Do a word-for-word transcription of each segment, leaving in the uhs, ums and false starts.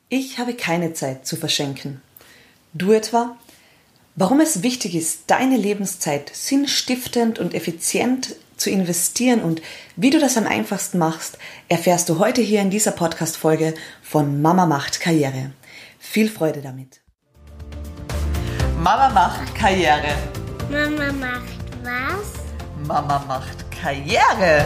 Ich habe keine Zeit zu verschenken. Du etwa? Warum es wichtig ist, deine Lebenszeit sinnstiftend und effizient zu investieren und wie du das am einfachsten machst, erfährst du heute hier in dieser Podcast-Folge von Mama macht Karriere. Viel Freude damit. Mama macht Karriere. Mama macht was? Mama macht Karriere.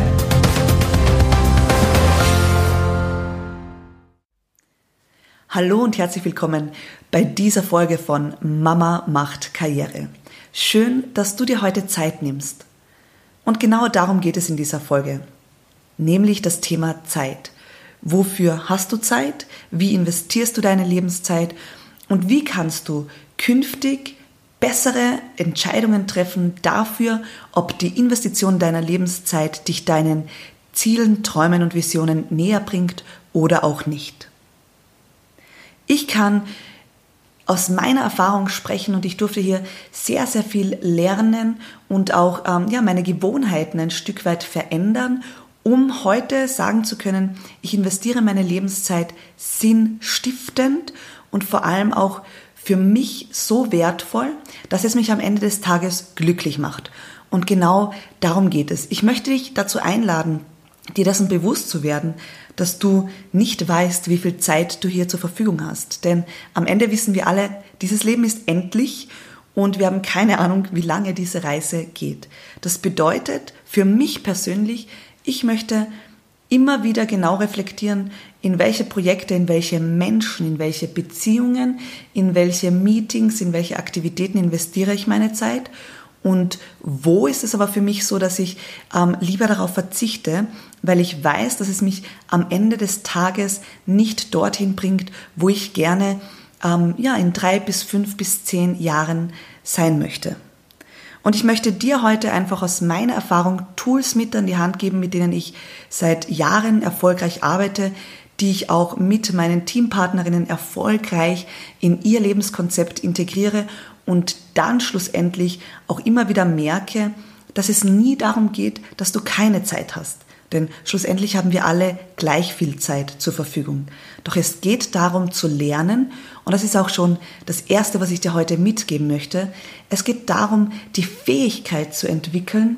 Hallo und herzlich willkommen bei dieser Folge von Mama macht Karriere. Schön, dass du dir heute Zeit nimmst. Und genau darum geht es in dieser Folge, nämlich das Thema Zeit. Wofür hast du Zeit? Wie investierst du deine Lebenszeit? Und wie kannst du künftig bessere Entscheidungen treffen dafür, ob die Investition deiner Lebenszeit dich deinen Zielen, Träumen und Visionen näher bringt oder auch nicht? Ich kann aus meiner Erfahrung sprechen und ich durfte hier sehr, sehr viel lernen und auch ähm, ja, meine Gewohnheiten ein Stück weit verändern, um heute sagen zu können, ich investiere meine Lebenszeit sinnstiftend und vor allem auch für mich so wertvoll, dass es mich am Ende des Tages glücklich macht. Und genau darum geht es. Ich möchte dich dazu einladen, dir dessen bewusst zu werden, dass du nicht weißt, wie viel Zeit du hier zur Verfügung hast. Denn am Ende wissen wir alle, dieses Leben ist endlich und wir haben keine Ahnung, wie lange diese Reise geht. Das bedeutet für mich persönlich, ich möchte immer wieder genau reflektieren, in welche Projekte, in welche Menschen, in welche Beziehungen, in welche Meetings, in welche Aktivitäten investiere ich meine Zeit. Und wo ist es aber für mich so, dass ich ähm, lieber darauf verzichte, weil ich weiß, dass es mich am Ende des Tages nicht dorthin bringt, wo ich gerne ähm, ja, in drei bis fünf bis zehn Jahren sein möchte. Und ich möchte dir heute einfach aus meiner Erfahrung Tools mit an die Hand geben, mit denen ich seit Jahren erfolgreich arbeite, die ich auch mit meinen Teampartnerinnen erfolgreich in ihr Lebenskonzept integriere und dann schlussendlich auch immer wieder merke, dass es nie darum geht, dass du keine Zeit hast. Denn schlussendlich haben wir alle gleich viel Zeit zur Verfügung. Doch es geht darum zu lernen, und das ist auch schon das Erste, was ich dir heute mitgeben möchte. Es geht darum, die Fähigkeit zu entwickeln,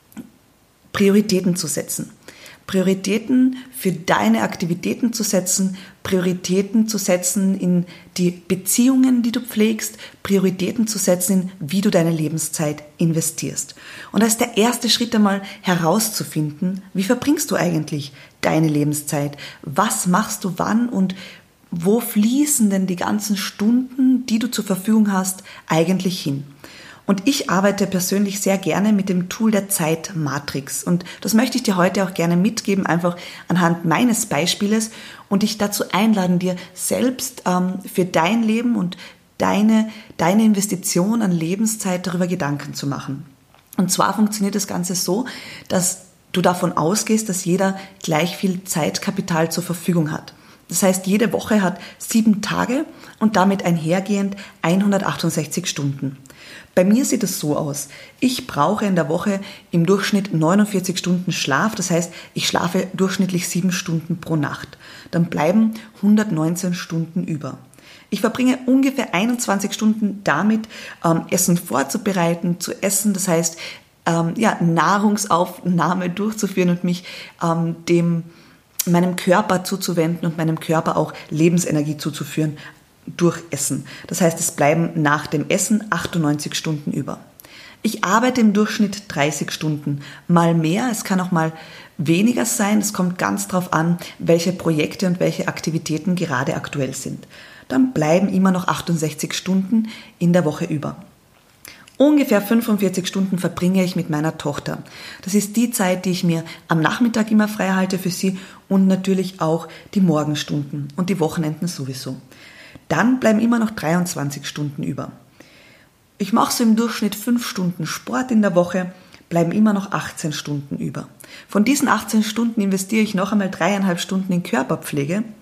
Prioritäten zu setzen. Prioritäten für deine Aktivitäten zu setzen, Prioritäten zu setzen in die Beziehungen, die du pflegst, Prioritäten zu setzen, in wie du deine Lebenszeit investierst. Und da ist der erste Schritt einmal herauszufinden, wie verbringst du eigentlich deine Lebenszeit? Was machst du wann und wo fließen denn die ganzen Stunden, die du zur Verfügung hast, eigentlich hin? Und ich arbeite persönlich sehr gerne mit dem Tool der Zeitmatrix. Und das möchte ich dir heute auch gerne mitgeben, einfach anhand meines Beispieles und dich dazu einladen, dir selbst ähm, für dein Leben und deine, deine Investition an Lebenszeit darüber Gedanken zu machen. Und zwar funktioniert das Ganze so, dass du davon ausgehst, dass jeder gleich viel Zeitkapital zur Verfügung hat. Das heißt, jede Woche hat sieben Tage und damit einhergehend hundertachtundsechzig Stunden. Bei mir sieht es so aus. Ich brauche in der Woche im Durchschnitt neunundvierzig Stunden Schlaf. Das heißt, ich schlafe durchschnittlich sieben Stunden pro Nacht. Dann bleiben hundertneunzehn Stunden über. Ich verbringe ungefähr einundzwanzig Stunden damit, ähm, Essen vorzubereiten, zu essen. Das heißt, ähm, ja, Nahrungsaufnahme durchzuführen und mich ähm, dem meinem Körper zuzuwenden und meinem Körper auch Lebensenergie zuzuführen durch Essen. Das heißt, es bleiben nach dem Essen achtundneunzig Stunden über. Ich arbeite im Durchschnitt dreißig Stunden, mal mehr, es kann auch mal weniger sein. Es kommt ganz drauf an, welche Projekte und welche Aktivitäten gerade aktuell sind. Dann bleiben immer noch achtundsechzig Stunden in der Woche über. Ungefähr fünfundvierzig Stunden verbringe ich mit meiner Tochter. Das ist die Zeit, die ich mir am Nachmittag immer frei halte für sie und natürlich auch die Morgenstunden und die Wochenenden sowieso. Dann bleiben immer noch dreiundzwanzig Stunden über. Ich mache so im Durchschnitt fünf Stunden Sport in der Woche, bleiben immer noch achtzehn Stunden über. Von diesen achtzehn Stunden investiere ich noch einmal dreieinhalb Stunden in Körperpflege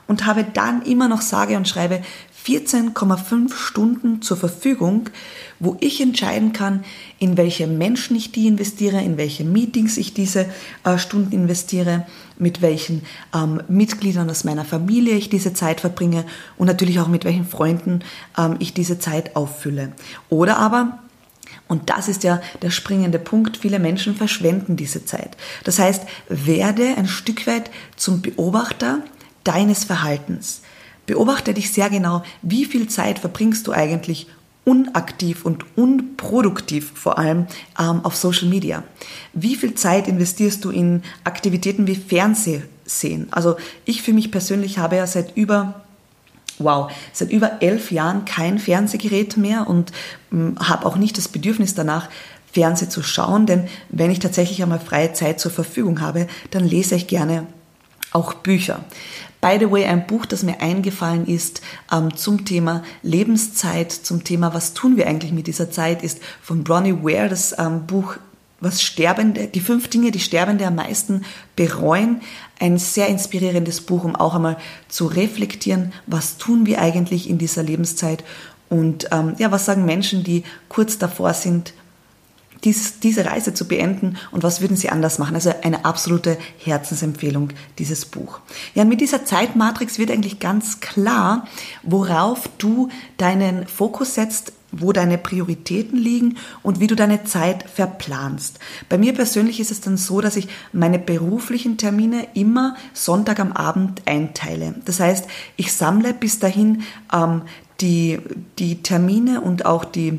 und habe dann immer noch sage und schreibe vierzehn Komma fünf Stunden zur Verfügung, wo ich entscheiden kann, in welche Menschen ich die investiere, in welche Meetings ich diese äh, Stunden investiere, mit welchen ähm, Mitgliedern aus meiner Familie ich diese Zeit verbringe und natürlich auch mit welchen Freunden ähm, ich diese Zeit auffülle. Oder aber, und das ist ja der springende Punkt, viele Menschen verschwenden diese Zeit. Das heißt, werde ein Stück weit zum Beobachter deines Verhaltens. Beobachte dich sehr genau, wie viel Zeit verbringst du eigentlich unaktiv und unproduktiv vor allem ähm, auf Social Media. Wie viel Zeit investierst du in Aktivitäten wie Fernsehsehen? Also ich für mich persönlich habe ja seit über Wow, seit über elf Jahren kein Fernsehgerät mehr und ähm, habe auch nicht das Bedürfnis danach, Fernsehen zu schauen, denn wenn ich tatsächlich einmal freie Zeit zur Verfügung habe, dann lese ich gerne auch Bücher. By the way, ein Buch, das mir eingefallen ist ähm, zum Thema Lebenszeit, zum Thema, was tun wir eigentlich mit dieser Zeit, ist von Bronnie Ware, das ähm, Buch, was Sterbende, die fünf Dinge, die Sterbende am meisten bereuen. Ein sehr inspirierendes Buch, um auch einmal zu reflektieren, was tun wir eigentlich in dieser Lebenszeit und ähm, ja, was sagen Menschen, die kurz davor sind, dies, diese Reise zu beenden und was würden sie anders machen? Also eine absolute Herzensempfehlung, dieses Buch. Ja, und mit dieser Zeitmatrix wird eigentlich ganz klar, worauf du deinen Fokus setzt, wo deine Prioritäten liegen und wie du deine Zeit verplanst. Bei mir persönlich ist es dann so, dass ich meine beruflichen Termine immer Sonntag am Abend einteile. Das heißt, ich sammle bis dahin ähm, die, die Termine und auch die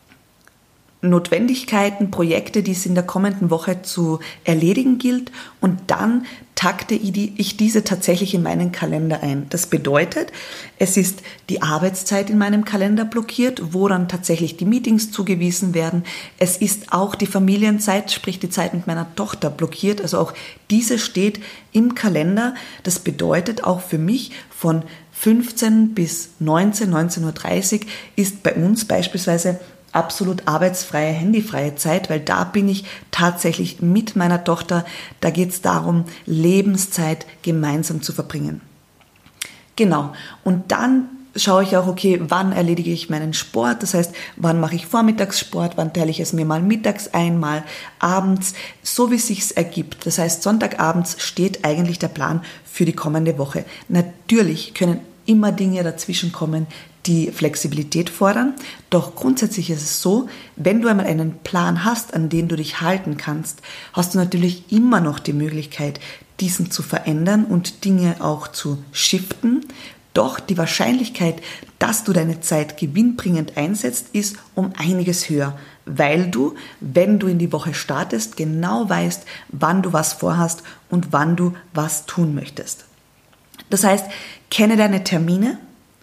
Notwendigkeiten, Projekte, die es in der kommenden Woche zu erledigen gilt und dann takte ich diese tatsächlich in meinen Kalender ein. Das bedeutet, es ist die Arbeitszeit in meinem Kalender blockiert, wo dann tatsächlich die Meetings zugewiesen werden. Es ist auch die Familienzeit, sprich die Zeit mit meiner Tochter blockiert, also auch diese steht im Kalender. Das bedeutet auch für mich von fünfzehn bis neunzehn, neunzehn Uhr dreißig ist bei uns beispielsweise absolut arbeitsfreie, handyfreie Zeit, weil da bin ich tatsächlich mit meiner Tochter. Da geht es darum, Lebenszeit gemeinsam zu verbringen. Genau. Und dann schaue ich auch, okay, wann erledige ich meinen Sport? Das heißt, wann mache ich Vormittagssport? Wann teile ich es mir mal mittags ein, mal abends? So wie es sich ergibt. Das heißt, Sonntagabends steht eigentlich der Plan für die kommende Woche. Natürlich können immer Dinge dazwischen kommen, die Flexibilität fordern. Doch grundsätzlich ist es so, wenn du einmal einen Plan hast, an den du dich halten kannst, hast du natürlich immer noch die Möglichkeit, diesen zu verändern und Dinge auch zu shiften. Doch die Wahrscheinlichkeit, dass du deine Zeit gewinnbringend einsetzt, ist um einiges höher, weil du, wenn du in die Woche startest, genau weißt, wann du was vorhast und wann du was tun möchtest. Das heißt, kenne deine Termine,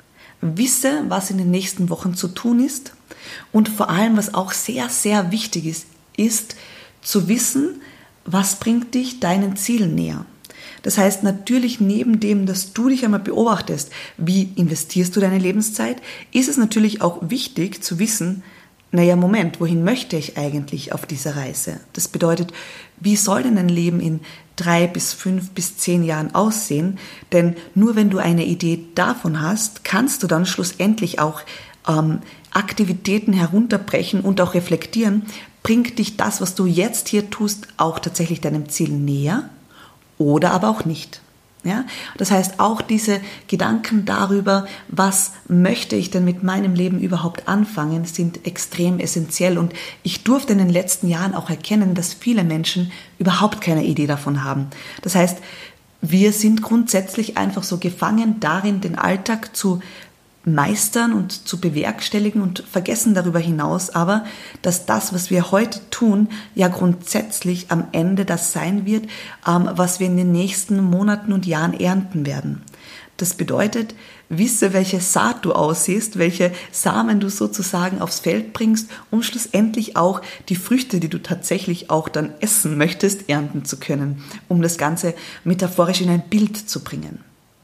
wisse, was in den nächsten Wochen zu tun ist und vor allem, was auch sehr, sehr wichtig ist, ist zu wissen, was bringt dich deinen Zielen näher. Das heißt natürlich neben dem, dass du dich einmal beobachtest, wie investierst du deine Lebenszeit, ist es natürlich auch wichtig zu wissen, naja, Moment, wohin möchte ich eigentlich auf dieser Reise? Das bedeutet, wie soll denn ein Leben in drei bis fünf bis zehn Jahren aussehen? Denn nur wenn du eine Idee davon hast, kannst du dann schlussendlich auch ähm, Aktivitäten herunterbrechen und auch reflektieren. Bringt dich das, was du jetzt hier tust, auch tatsächlich deinem Ziel näher oder aber auch nicht? Ja, das heißt, auch diese Gedanken darüber, was möchte ich denn mit meinem Leben überhaupt anfangen, sind extrem essentiell. Und ich durfte in den letzten Jahren auch erkennen, dass viele Menschen überhaupt keine Idee davon haben. Das heißt, wir sind grundsätzlich einfach so gefangen darin, den Alltag zu meistern und zu bewerkstelligen und vergessen darüber hinaus aber, dass das, was wir heute tun, ja grundsätzlich am Ende das sein wird, was wir in den nächsten Monaten und Jahren ernten werden. Das bedeutet, wisse, welche Saat du aussiehst, welche Samen du sozusagen aufs Feld bringst, um schlussendlich auch die Früchte, die du tatsächlich auch dann essen möchtest, ernten zu können, um das Ganze metaphorisch in ein Bild zu bringen.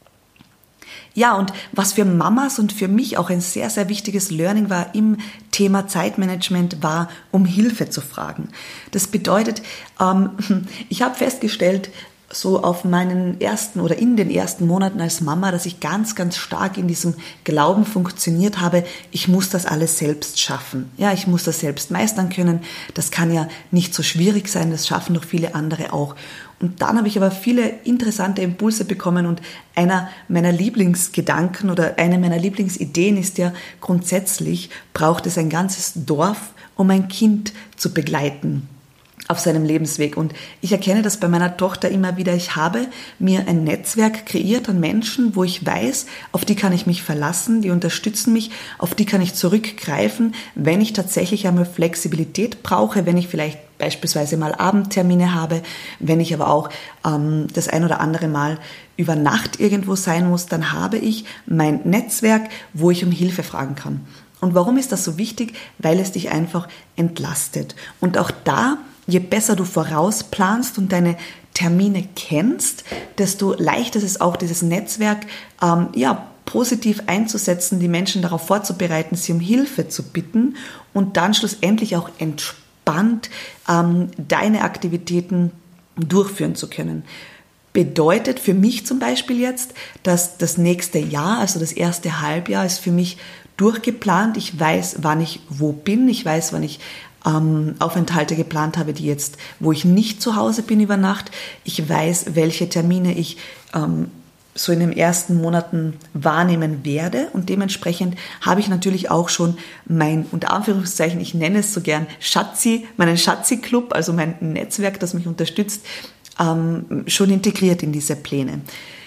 Ja, und was für Mamas und für mich auch ein sehr, sehr wichtiges Learning war im Thema Zeitmanagement, war, um Hilfe zu fragen. Das bedeutet, ähm, ich habe festgestellt, so auf meinen ersten oder in den ersten Monaten als Mama, dass ich ganz, ganz stark in diesem Glauben funktioniert habe, ich muss das alles selbst schaffen. Ja, ich muss das selbst meistern können. Das kann ja nicht so schwierig sein, das schaffen doch viele andere auch. Und dann habe ich aber viele interessante Impulse bekommen und einer meiner Lieblingsgedanken oder eine meiner Lieblingsideen ist ja, grundsätzlich braucht es ein ganzes Dorf, um ein Kind zu begleiten auf seinem Lebensweg. Und ich erkenne das bei meiner Tochter immer wieder. Ich habe mir ein Netzwerk kreiert an Menschen, wo ich weiß, auf die kann ich mich verlassen, die unterstützen mich, auf die kann ich zurückgreifen, wenn ich tatsächlich einmal Flexibilität brauche, wenn ich vielleicht beispielsweise mal Abendtermine habe, wenn ich aber auch ähm, das ein oder andere Mal über Nacht irgendwo sein muss, dann habe ich mein Netzwerk, wo ich um Hilfe fragen kann. Und warum ist das so wichtig? Weil es dich einfach entlastet. Und auch da, je besser du vorausplanst und deine Termine kennst, desto leichter ist es auch, dieses Netzwerk ähm, ja, positiv einzusetzen, die Menschen darauf vorzubereiten, sie um Hilfe zu bitten und dann schlussendlich auch entspannt ähm, deine Aktivitäten durchführen zu können. Bedeutet für mich zum Beispiel jetzt, dass das nächste Jahr, also das erste Halbjahr, ist für mich durchgeplant. Ich weiß, wann ich wo bin. Ich weiß, wann ich ähm, Aufenthalte geplant habe, die jetzt, wo ich nicht zu Hause bin über Nacht. Ich weiß, welche Termine ich ähm, so in den ersten Monaten wahrnehmen werde. Und dementsprechend habe ich natürlich auch schon mein, unter Anführungszeichen, ich nenne es so gern Schatzi, meinen Schatzi-Club, also mein Netzwerk, das mich unterstützt, ähm, schon integriert in diese Pläne.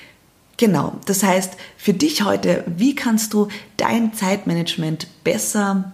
Genau, das heißt, für dich heute, wie kannst du dein Zeitmanagement besser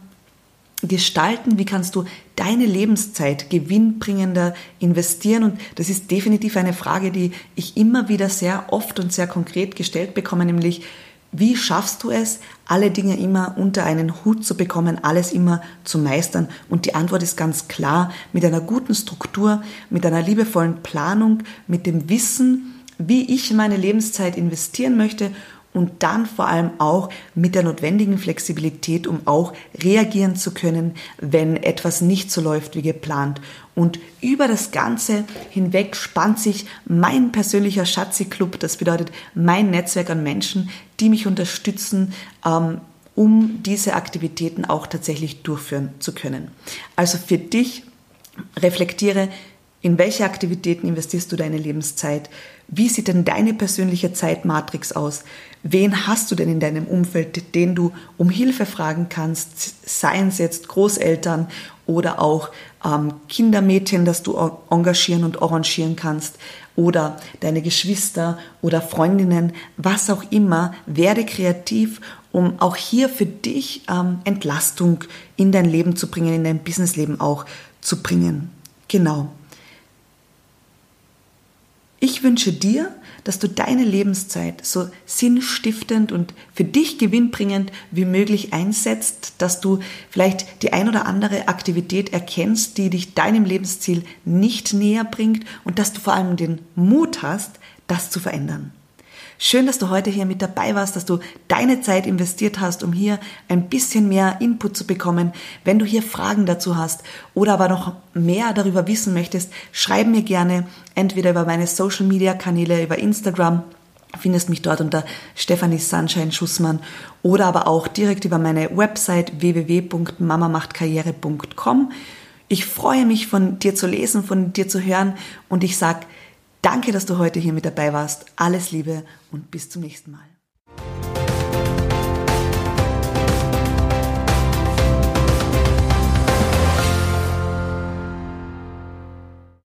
gestalten? Wie kannst du deine Lebenszeit gewinnbringender investieren? Und das ist definitiv eine Frage, die ich immer wieder sehr oft und sehr konkret gestellt bekomme, nämlich, wie schaffst du es, alle Dinge immer unter einen Hut zu bekommen, alles immer zu meistern? Und die Antwort ist ganz klar, mit einer guten Struktur, mit einer liebevollen Planung, mit dem Wissen, wie ich meine Lebenszeit investieren möchte und dann vor allem auch mit der notwendigen Flexibilität, um auch reagieren zu können, wenn etwas nicht so läuft wie geplant. Und über das Ganze hinweg spannt sich mein persönlicher Schatzi-Club, das bedeutet mein Netzwerk an Menschen, die mich unterstützen, ähm, um diese Aktivitäten auch tatsächlich durchführen zu können. Also für dich, reflektiere, in welche Aktivitäten investierst du deine Lebenszeit? Wie sieht denn deine persönliche Zeitmatrix aus? Wen hast du denn in deinem Umfeld, den du um Hilfe fragen kannst? Seien es jetzt Großeltern oder auch ähm, Kindermädchen, das du engagieren und arrangieren kannst, oder deine Geschwister oder Freundinnen, was auch immer. Werde kreativ, um auch hier für dich ähm, Entlastung in dein Leben zu bringen, in dein Businessleben auch zu bringen. Genau. Ich wünsche dir, dass du deine Lebenszeit so sinnstiftend und für dich gewinnbringend wie möglich einsetzt, dass du vielleicht die ein oder andere Aktivität erkennst, die dich deinem Lebensziel nicht näher bringt und dass du vor allem den Mut hast, das zu verändern. Schön, dass du heute hier mit dabei warst, dass du deine Zeit investiert hast, um hier ein bisschen mehr Input zu bekommen. Wenn du hier Fragen dazu hast oder aber noch mehr darüber wissen möchtest, schreib mir gerne entweder über meine Social-Media-Kanäle, über Instagram, findest mich dort unter Stefanie Sunshine Schussmann, oder aber auch direkt über meine Website w w w punkt mama macht karriere punkt com. Ich freue mich, von dir zu lesen, von dir zu hören, und ich sage danke, dass du heute hier mit dabei warst. Alles Liebe und bis zum nächsten Mal.